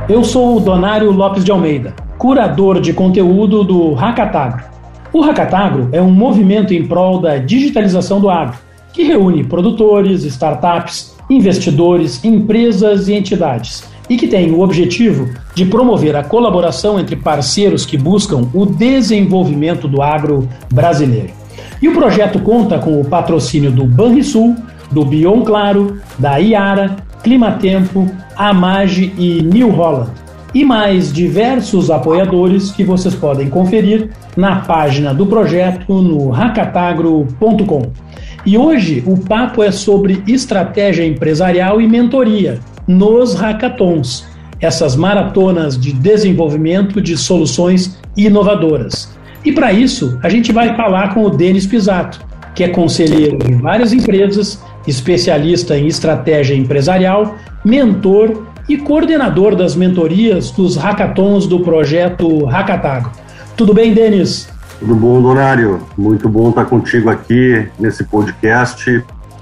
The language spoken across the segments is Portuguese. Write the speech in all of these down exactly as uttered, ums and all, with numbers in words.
Eu sou o Donário Lopes de Almeida, curador de conteúdo do Hackatagro. O Hackatagro é um movimento em prol da digitalização do agro, que reúne produtores, startups, investidores, empresas e entidades, e que tem o objetivo de promover a colaboração entre parceiros que buscam o desenvolvimento do agro brasileiro. E o projeto conta com o patrocínio do Banrisul, do Bion Claro, da Iara, Climatempo, Amage e New Holland, e mais diversos apoiadores que vocês podem conferir na página do projeto no hackatagro ponto com. E hoje o papo é sobre estratégia empresarial e mentoria nos hackathons, essas maratonas de desenvolvimento de soluções inovadoras. E para isso, a gente vai falar com o Denis Pisato, que é conselheiro de várias empresas, especialista em estratégia empresarial, mentor e coordenador das mentorias dos hackathons do projeto Hackatagro. Tudo bem, Denis? Tudo bom, Donário? Muito bom estar contigo aqui nesse podcast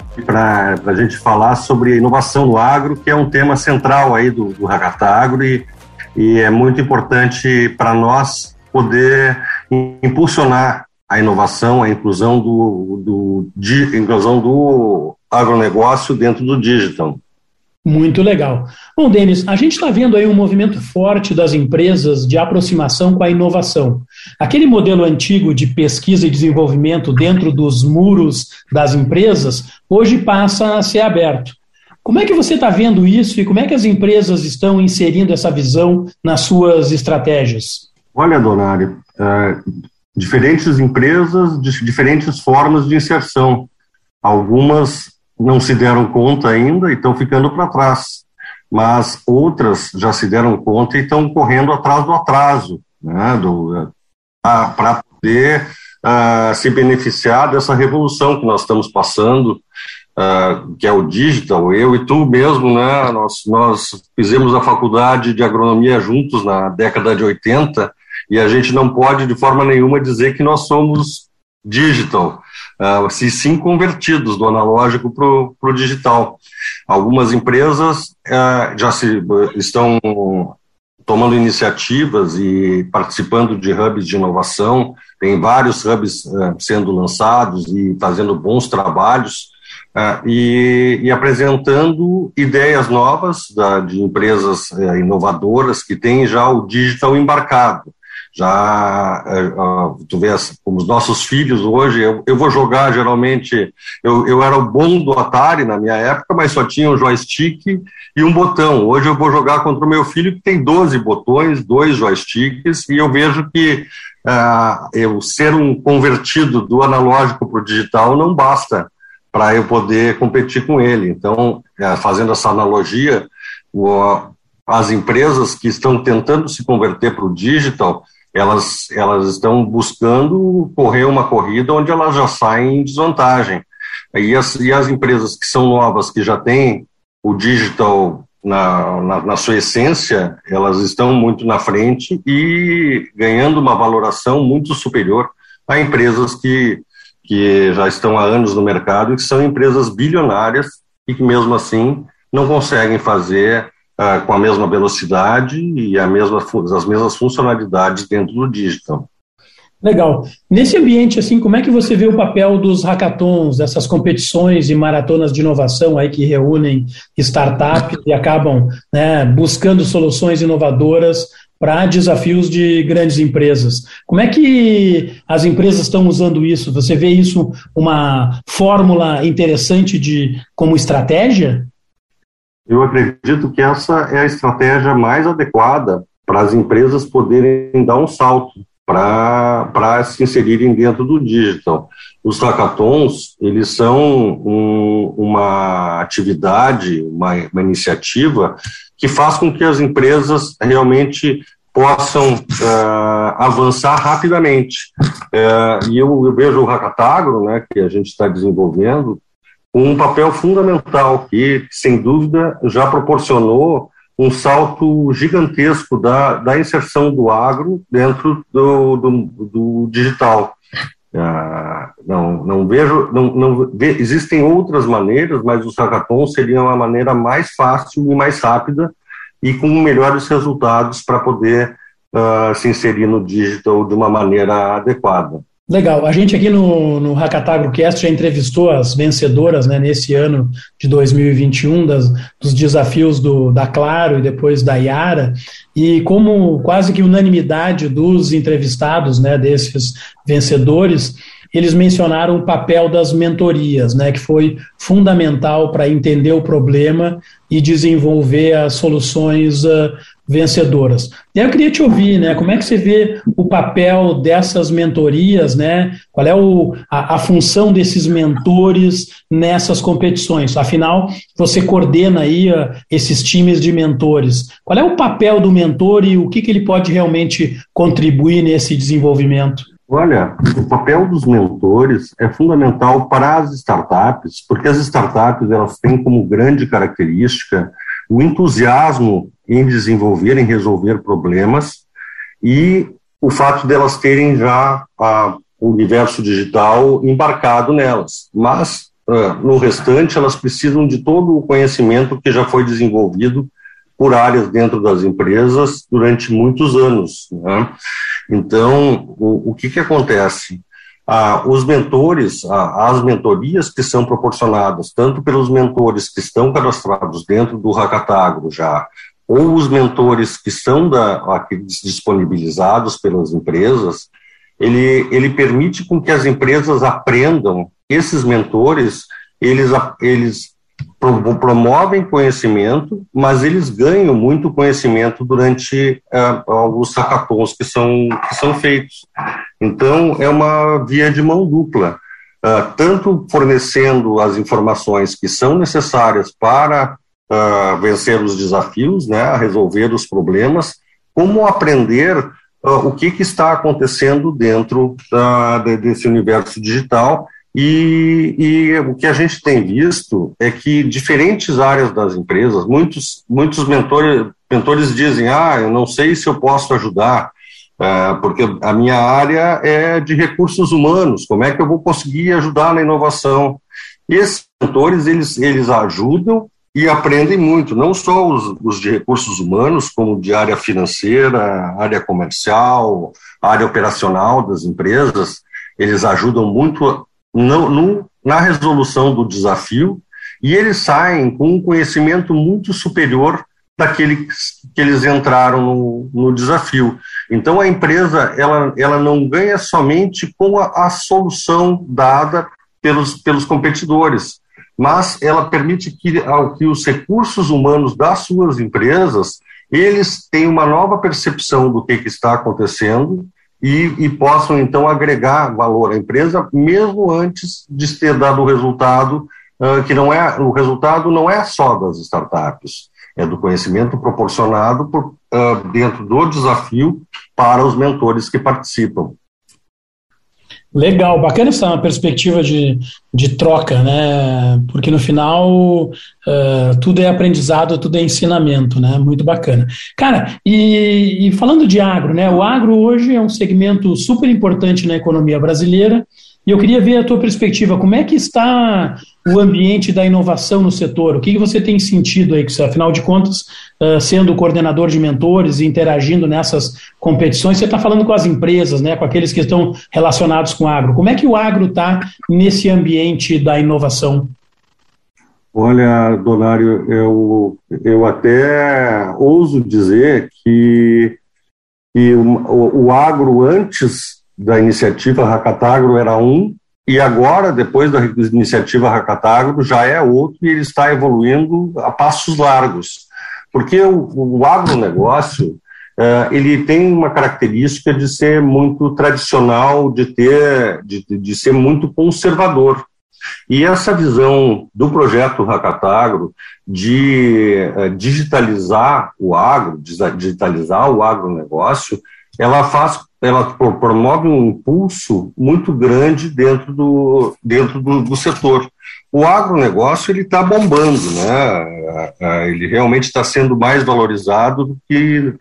para a gente falar sobre inovação no agro, que é um tema central aí do, do Hackatagro e, e é muito importante para nós poder impulsionar a inovação, a inclusão do, do, de, inclusão do agronegócio dentro do digital. Muito legal. Bom, Denis, a gente está vendo aí um movimento forte das empresas de aproximação com a inovação. Aquele modelo antigo de pesquisa e desenvolvimento dentro dos muros das empresas, hoje passa a ser aberto. Como é que você está vendo isso e como é que as empresas estão inserindo essa visão nas suas estratégias? Olha, Donário, é, diferentes empresas, diferentes formas de inserção. Algumas não se deram conta ainda e estão ficando para trás, mas outras já se deram conta e estão correndo atrás do atraso, né, do, para poder uh, se beneficiar dessa revolução que nós estamos passando, uh, que é o digital. Eu e tu mesmo, né, nós, nós fizemos a faculdade de agronomia juntos na década de oitenta e a gente não pode de forma nenhuma dizer que nós somos digital, uh, se sim convertidos do analógico para o digital. Algumas empresas uh, já se, uh, estão tomando iniciativas e participando de hubs de inovação, tem vários hubs uh, sendo lançados e fazendo bons trabalhos uh, e, e apresentando ideias novas da, de empresas uh, inovadoras que têm já o digital embarcado. Já, uh, tu vês, como os nossos filhos hoje, eu, eu vou jogar geralmente, eu, eu era o bom do Atari na minha época, mas só tinha um joystick e um botão. Hoje eu vou jogar contra o meu filho que tem doze botões, dois joysticks, e eu vejo que uh, eu ser um convertido do analógico para o digital não basta para eu poder competir com ele. Então, uh, fazendo essa analogia, uh, as empresas que estão tentando se converter para o digital, Elas, elas estão buscando correr uma corrida onde elas já saem em desvantagem. E as, e as empresas que são novas, que já têm o digital na, na, na sua essência, elas estão muito na frente e ganhando uma valoração muito superior a empresas que, que já estão há anos no mercado e que são empresas bilionárias e que mesmo assim não conseguem fazer Uh, com a mesma velocidade e a mesma, as mesmas funcionalidades dentro do digital. Legal. Nesse ambiente, assim, como é que você vê o papel dos hackathons, dessas competições e maratonas de inovação aí que reúnem startups e acabam, né, buscando soluções inovadoras para desafios de grandes empresas? Como é que as empresas estão usando isso? Você vê isso uma fórmula interessante de, como estratégia? Eu acredito que essa é a estratégia mais adequada para as empresas poderem dar um salto para se inserirem dentro do digital. Os hackathons, eles são um, uma atividade, uma, uma iniciativa que faz com que as empresas realmente possam uh, avançar rapidamente. Uh, e eu, eu vejo o Hackatagro, né, que a gente está desenvolvendo, um papel fundamental que, sem dúvida, já proporcionou um salto gigantesco da, da inserção do agro dentro do, do, do digital. Ah, não, não vejo, não, não, existem outras maneiras, mas os hackathons seriam a maneira mais fácil e mais rápida e com melhores resultados para poder uh, se inserir no digital de uma maneira adequada. Legal. A gente aqui no, no HackatagroCast já entrevistou as vencedoras, né, nesse ano de dois mil e vinte e um, das, dos desafios do, da Claro e depois da Yara, e como quase que unanimidade dos entrevistados, né, desses vencedores, eles mencionaram o papel das mentorias, né, que foi fundamental para entender o problema e desenvolver as soluções uh, vencedoras. E aí eu queria te ouvir, né, como é que você vê o papel dessas mentorias, né, qual é o, a, a função desses mentores nessas competições? Afinal, você coordena aí uh, esses times de mentores. Qual é o papel do mentor e o que, que ele pode realmente contribuir nesse desenvolvimento? Olha, o papel dos mentores é fundamental para as startups, porque as startups elas têm como grande característica o entusiasmo em desenvolver, em resolver problemas e o fato delas terem já a, o universo digital embarcado nelas. Mas, uh, no restante, elas precisam de todo o conhecimento que já foi desenvolvido por áreas dentro das empresas durante muitos anos, né? Então, o, o que que acontece? Ah, os mentores, ah, as mentorias que são proporcionadas tanto pelos mentores que estão cadastrados dentro do Hackatagro já, ou os mentores que são da, aqueles disponibilizados pelas empresas, ele, ele permite com que as empresas aprendam, esses mentores, eles, eles promovem conhecimento, mas eles ganham muito conhecimento durante uh, os hackathons que são, que são feitos. Então, é uma via de mão dupla, uh, tanto fornecendo as informações que são necessárias para uh, vencer os desafios, né, resolver os problemas, como aprender uh, o que, que está acontecendo dentro uh, de, desse universo digital. E, e o que a gente tem visto é que diferentes áreas das empresas, muitos, muitos mentores, mentores dizem, ah, eu não sei se eu posso ajudar, uh, porque a minha área é de recursos humanos, como é que eu vou conseguir ajudar na inovação? E esses mentores, eles, eles ajudam e aprendem muito, não só os, os de recursos humanos, como de área financeira, área comercial, área operacional das empresas, eles ajudam muito No, no, na resolução do desafio, e eles saem com um conhecimento muito superior daquele que eles entraram no, no desafio. Então, a empresa ela, ela não ganha somente com a, a solução dada pelos, pelos competidores, mas ela permite que, que os recursos humanos das suas empresas, eles tenham uma nova percepção do que, que está acontecendo, E, e possam, então, agregar valor à empresa, mesmo antes de ter dado o resultado, uh, que não é, o resultado não é só das startups, é do conhecimento proporcionado por, uh, dentro do desafio para os mentores que participam. Legal, bacana essa perspectiva de, de troca, né? Porque no final uh, tudo é aprendizado, tudo é ensinamento, né? Muito bacana. Cara, e, e falando de agro, né? O agro hoje é um segmento super importante na economia brasileira e eu queria ver a tua perspectiva, como é que está o ambiente da inovação no setor? O que, que você tem sentido aí, que, afinal de contas, uh, sendo coordenador de mentores e interagindo nessas competições, você está falando com as empresas, né, com aqueles que estão relacionados com o agro. Como é que o agro está nesse ambiente da inovação? Olha, Donário, eu, eu até ouso dizer que, que o, o agro antes da iniciativa Hackatagro era um, e agora, depois da iniciativa Hackatagro, já é outro, e ele está evoluindo a passos largos. Porque o, o agronegócio, uh, ele tem uma característica de ser muito tradicional, de, ter, de, de ser muito conservador. E essa visão do projeto Hackatagro de uh, digitalizar o agro, digitalizar o agronegócio, ela faz, ela promove um impulso muito grande dentro do, dentro do, do setor. O agronegócio ele está bombando, né? Ele realmente está sendo mais valorizado do que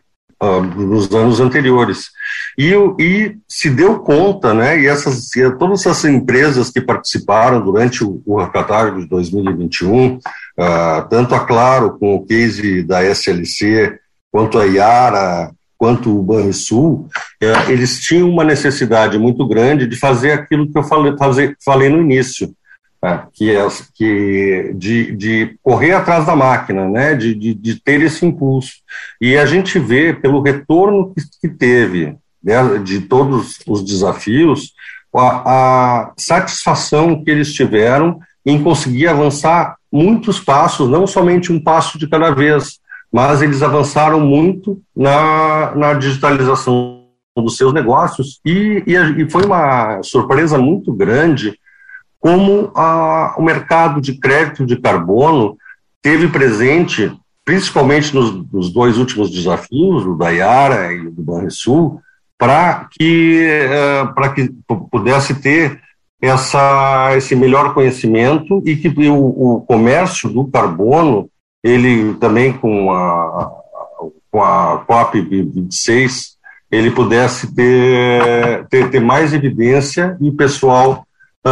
uh, nos anos anteriores. E, e se deu conta, né, e, essas, e todas essas empresas que participaram durante o, o Hackatagro de dois mil e vinte e um, uh, tanto a Claro com o case da S L C, quanto a Yara, quanto o Banrisul, uh, eles tinham uma necessidade muito grande de fazer aquilo que eu falei, fazer, falei no início, uh, que é que de, de correr atrás da máquina, né, de, de, de ter esse impulso. E a gente vê pelo retorno que, que teve de todos os desafios, a, a satisfação que eles tiveram em conseguir avançar muitos passos, não somente um passo de cada vez, mas eles avançaram muito na, na digitalização dos seus negócios e, e, e foi uma surpresa muito grande como a, o mercado de crédito de carbono teve presente, principalmente nos, nos dois últimos desafios, o da Yara e o do Banrisul, para que, uh, para que pudesse ter essa, esse melhor conhecimento e que o, o comércio do carbono, ele também com a, com a COP vinte e seis, ele pudesse ter, ter, ter mais evidência e o pessoal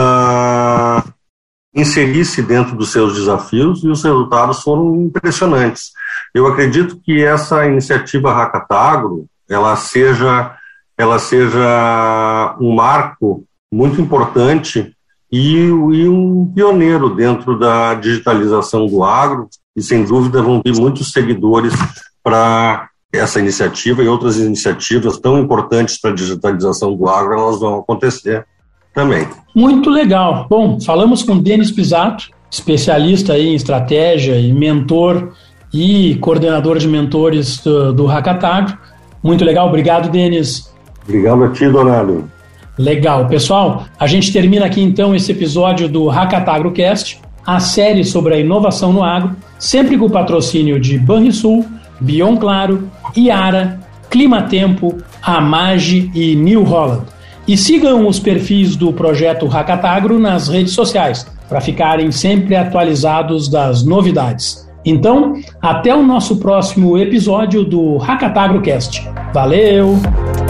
uh, inserisse dentro dos seus desafios, e os resultados foram impressionantes. Eu acredito que essa iniciativa Hackatagro, ela seja... ela seja um marco muito importante e, e um pioneiro dentro da digitalização do agro, e sem dúvida vão vir muitos seguidores para essa iniciativa e outras iniciativas tão importantes para a digitalização do agro, elas vão acontecer também. Muito legal. Bom, falamos com Denis Pisato, especialista aí em estratégia e mentor e coordenador de mentores do, do Hackatagro. Muito legal, obrigado, Denis. Obrigado a ti, Donado. Legal. Pessoal, a gente termina aqui então esse episódio do HackatagroCast, a série sobre a inovação no agro, sempre com o patrocínio de Banrisul, Bion Claro, Yara, Climatempo, Amage e New Holland. E sigam os perfis do projeto Hackatagro nas redes sociais, para ficarem sempre atualizados das novidades. Então, até o nosso próximo episódio do HackatagroCast. Valeu!